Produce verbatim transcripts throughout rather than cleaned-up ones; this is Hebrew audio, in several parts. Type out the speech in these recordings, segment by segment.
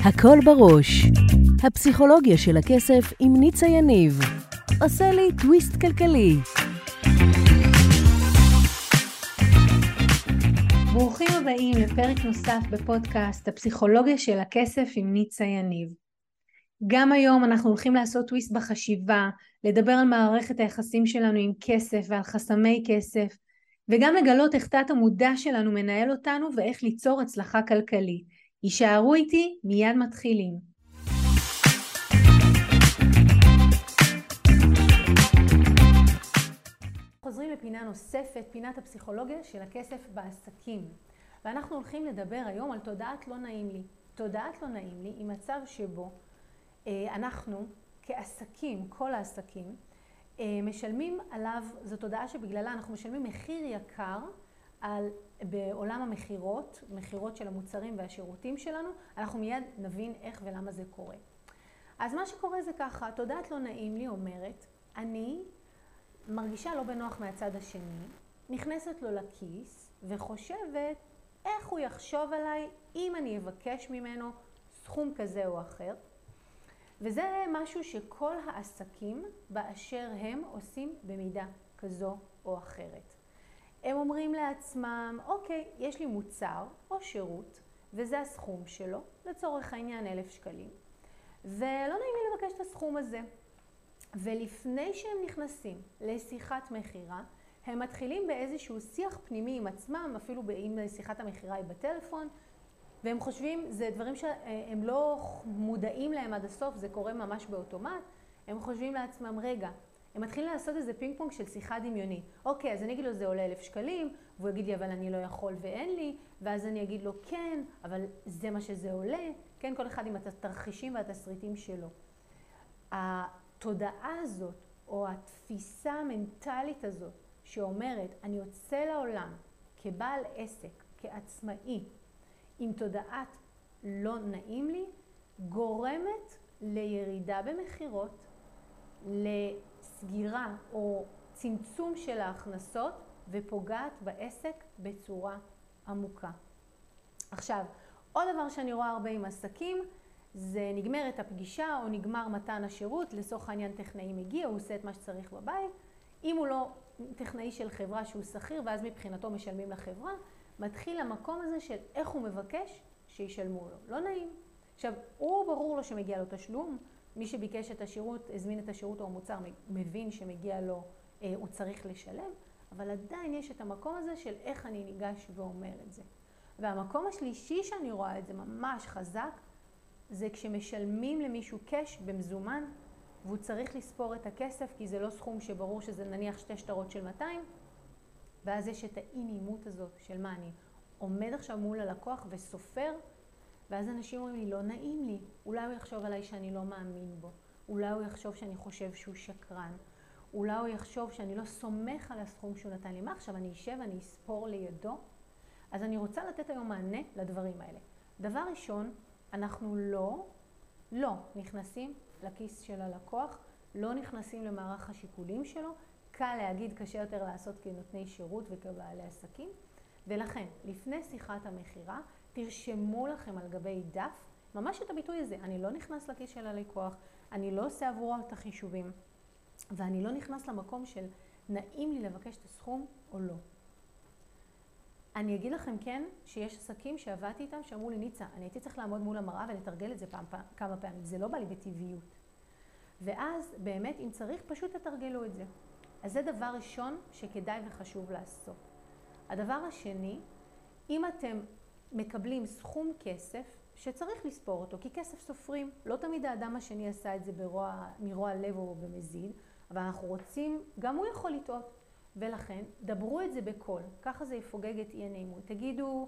הכל בראש. הפסיכולוגיה של הכסף עם ניצה יניב. עושה לי טוויסט כלכלי. ברוכים הבאים לפרק נוסף בפודקאסט הפסיכולוגיה של הכסף עם ניצה יניב. גם היום אנחנו הולכים לעשות טוויסט בחשיבה, לדבר על מערכת היחסים שלנו עם כסף ועל חסמי כסף, וגם לגלות איך תת המודע שלנו מנהל אותנו ואיך ליצור הצלחה כלכלית. יישארו איתי, מיד מתחילים. חוזרים לפינה נוספת, פינת הפסיכולוגיה של הכסף בעסקים. ואנחנו הולכים לדבר היום על תודעת לא נעים לי. תודעת לא נעים לי היא מצב שבו אה, אנחנו כעסקים, כל העסקים, אה, משלמים עליו, זו תודעה שבגללה אנחנו משלמים מחיר יקר על, בעולם המחירות, מחירות של המוצרים והשירותים שלנו. אנחנו מיד נבין איך ולמה זה קורה. אז מה שקורה זה ככה, תודעת לא נעים לי אומרת, אני מרגישה לא בנוח מהצד השני, נכנסת לו לכיס וחושבת איך הוא יחשוב עליי אם אני אבקש ממנו סכום כזה או אחר. וזה משהו שכל העסקים באשר הם עושים במידה כזו או אחרת. הם אומרים לעצמם, אוקיי, יש לי מוצר או שירות וזה הסכום שלו, לצורך העניין אלף שקלים, ולא נעים לי לבקש את הסכום הזה. ולפני שהם נכנסים לשיחת מחירה, הם מתחילים באיזשהו שיח פנימי עם עצמם, אפילו אם שיחת המחירה היא בטלפון, והם חושבים, זה דברים שהם לא מודעים להם עד הסוף, זה קורה ממש באוטומט. הם חושבים לעצמם, רגע, הם מתחילים לעשות איזה פינג פונג של שיחה דמיונית. אוקיי, אז אני אגיד לו זה עולה אלף שקלים, והוא יגיד לי אבל אני לא יכול ואין לי, ואז אני אגיד לו כן, אבל זה מה שזה עולה. כן, כל אחד עם התרחישים והתסריטים שלו. התודעה הזאת, או התפיסה המנטלית הזאת, שאומרת, אני יוצא לעולם כבעל עסק, כעצמאי, עם תודעת לא נעים לי, גורמת לירידה במחירות, לסגירה או צמצום של ההכנסות, ופוגעת בעסק בצורה עמוקה. עכשיו, עוד דבר שאני רואה הרבה עם עסקים, זה נגמרת הפגישה או נגמר מתן השירות, לצורך העניין טכנאי מגיע, הוא עושה את מה שצריך בבית. אם הוא לא טכנאי של חברה שהוא שכיר, ואז מבחינתו משלמים לחברה, מתחיל המקום הזה של איך הוא מבקש שישלמו לו. לא נעים. עכשיו, הוא ברור לו שמגיע לו תשלום, מי שביקש את השירות, הזמין את השירות או המוצר, מבין שמגיע לו, אה, הוא צריך לשלם, אבל עדיין יש את המקום הזה של איך אני ניגש ואומר את זה. והמקום השלישי שאני רואה את זה ממש חזק, זה כשמשלמים למישהו קש במזומן, והוא צריך לספור את הכסף, כי זה לא סכום שברור שזה נניח שתי שטרות של מאתיים, ואז יש את האי-נעימות הזאת של מה, אני עומד עכשיו מול הלקוח וסופר, ואז אנשים אומרים לי, לא נעים לי, אולי הוא יחשוב עליי שאני לא מאמין בו, אולי הוא יחשוב שאני חושב שהוא שקרן, אולי הוא יחשוב שאני לא סומך על הסכום שהוא נתן לי. מה עכשיו, אני אשב, אני אספור לידו? אז אני רוצה לתת היום מענה לדברים האלה. דבר ראשון, אנחנו לא, לא נכנסים לכיס של הלקוח, לא נכנסים למערך השיקולים שלו, קל להגיד, קשה יותר לעשות כנותני שירות וכבעלי עסקים, ולכן, לפני שיחת המחירה, תרשמו לכם על גבי דף, ממש את הביטוי הזה, אני לא נכנס לכיס של הלקוח, אני לא עושה עבורו את החישובים, ואני לא נכנס למקום של נעים לי לבקש את הסכום או לא. אני אגיד לכם כן, שיש עסקים שעבדתי איתם, שאמרו לי, ניצה, אני הייתי צריך לעמוד מול המראה ולתרגל את זה פעם, פעם, כמה פעמים, זה לא בא לי בטבעיות. ואז באמת, אם צריך, פשוט תתרגלו את זה. אז זה דבר ראשון שכדאי וחשוב לעשות. הדבר השני, אם אתם מקבלים סכום כסף שצריך לספור אותו, כי כסף סופרים, לא תמיד האדם השני עשה את זה ברוע, מרוע לב או במזיד, אבל אנחנו רוצים, גם הוא יכול לטעות. ולכן, דברו את זה בקול, ככה זה יפוגג את אי הנעימות. תגידו,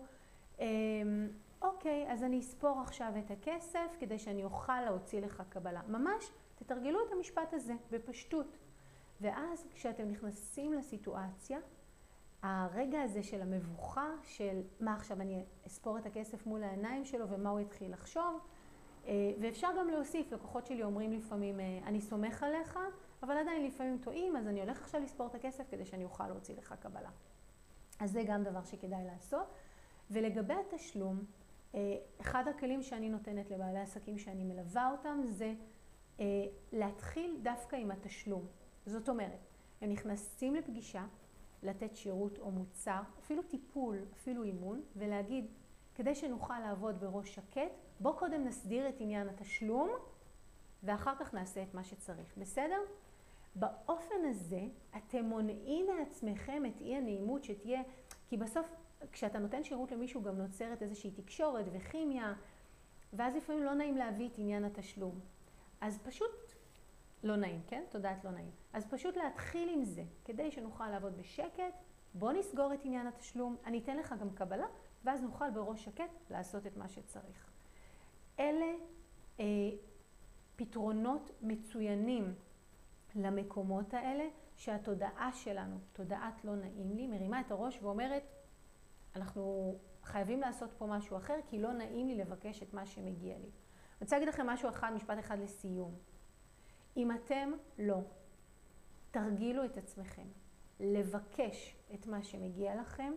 אוקיי, אז אני אספור עכשיו את הכסף כדי שאני אוכל להוציא לך קבלה. ממש, תתרגלו את המשפט הזה בפשטות. ואז כשאתם נכנסים לסיטואציה, הרגע הזה של המבוכה, של מה עכשיו אני אספור את הכסף מול העיניים שלו ומה הוא יתחיל לחשוב, ואפשר גם להוסיף, לקוחות שלי אומרים לפעמים, אני סומך עליך, אבל עדיין לפעמים טועים, אז אני הולך עכשיו לספור את הכסף כדי שאני אוכל להוציא לך קבלה. אז זה גם דבר שכדאי לעשות. ולגבי התשלום, אחד הכלים שאני נותנת לבעלי עסקים שאני מלווה אותם זה להתחיל דווקא עם התשלום. זאת אומרת, הם נכנסים לפגישה, לתת שירות או מוצר, אפילו טיפול, אפילו אימון, ולהגיד, כדי שנוכל לעבוד בראש שקט, בוא קודם נסדיר את עניין התשלום, ואחר כך נעשה את מה שצריך. בסדר? באופן הזה, אתם מונעים מעצמכם את אי הנעימות שתהיה, כי בסוף, כשאתה נותן שירות למישהו, גם נוצרת איזושהי תקשורת וכימיה, ואז לפעמים לא נעים להביא את עניין התשלום. אז פשוט לא נעים, כן? תודעת לא נעים. אז פשוט להתחיל עם זה, כדי שנוכל לעבוד בשקט, בוא נסגור את עניין התשלום, אני אתן לך גם קבלה, ואז נוכל בראש שקט לעשות את מה שצריך. אלה אה, פתרונות מצוינים למקומות האלה, שהתודעה שלנו, תודעת לא נעים לי, מרימה את הראש ואומרת, אנחנו חייבים לעשות פה משהו אחר, כי לא נעים לי לבקש את מה שמגיע לי. אני רוצה להגיד לכם משהו אחד, משפט אחד לסיום. אם אתם לא תרגילו את עצמכם לבקש את מה שמגיע לכם,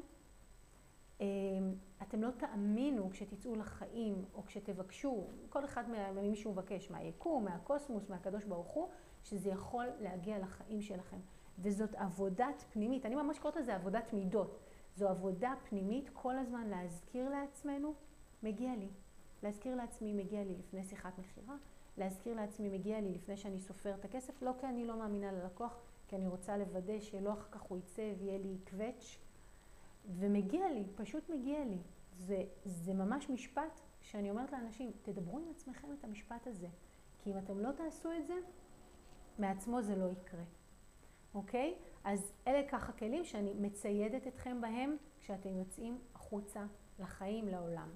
אתם לא תאמינו כשתצאו לחיים או כשתבקשו, כל אחד ממי שהוא מבקש, מהיקום, מהקוסמוס, מהקדוש ברוך הוא, שזה יכול להגיע לחיים שלכם. וזאת עבודת פנימית, אני ממש קוראת לזה עבודת מידות. זו עבודה פנימית, כל הזמן להזכיר לעצמנו, מגיע לי. להזכיר לעצמי, מגיע לי לפני שיחת מחירה, להזכיר לעצמי, מגיע לי לפני שאני סופר את הכסף, לא כי אני לא מאמינה ללקוח, כי אני רוצה לוודא שלא אחר כך הוא יצא ויהיה לי קווץ', ומגיע לי, פשוט מגיע לי. זה, זה ממש משפט שאני אומרת לאנשים, תדברו עם עצמכם את המשפט הזה, כי אם אתם לא תעשו את זה, מעצמו זה לא יקרה. אוקיי? אז אלה ככה כלים שאני מציידת אתכם בהם כשאתם יוצאים החוצה לחיים, לעולם.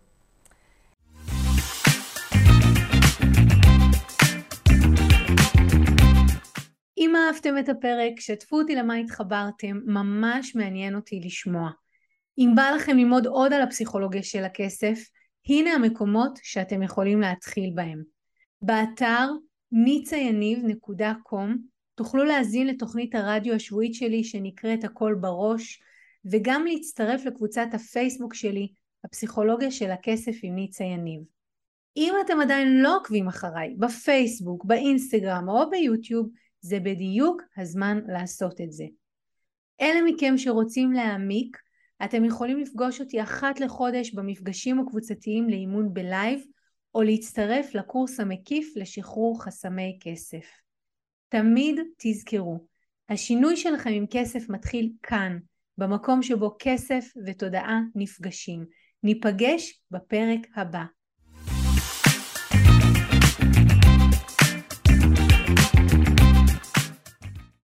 אם אהבתם את הפרק, שתפו אותי למה התחברתם, ממש מעניין אותי לשמוע. אם בא לכם ללמוד עוד על הפסיכולוגיה של הכסף, הנה המקומות שאתם יכולים להתחיל בהם. באתר ניצה יניב נקודה קום תוכלו להזין לתוכנית הרדיו השבועית שלי שנקראת הכל בראש, וגם להצטרף לקבוצת הפייסבוק שלי, הפסיכולוגיה של הכסף עם ניצה יניב. אם אתם עדיין לא עוקבים אחריי בפייסבוק, באינסטגרם או ביוטיוב, זה בדיוק הזמן לעשות את זה. אלה מכם שרוצים להעמיק, אתם יכולים לפגוש אותי אחת לחודש במפגשים הקבוצתיים לאימון בלייב, או להצטרף לקורס המקיף לשחרור חסמי כסף. תמיד תזכרו, השינוי שלכם עם כסף מתחיל כאן, במקום שבו כסף ותודעה נפגשים. ניפגש בפרק הבא.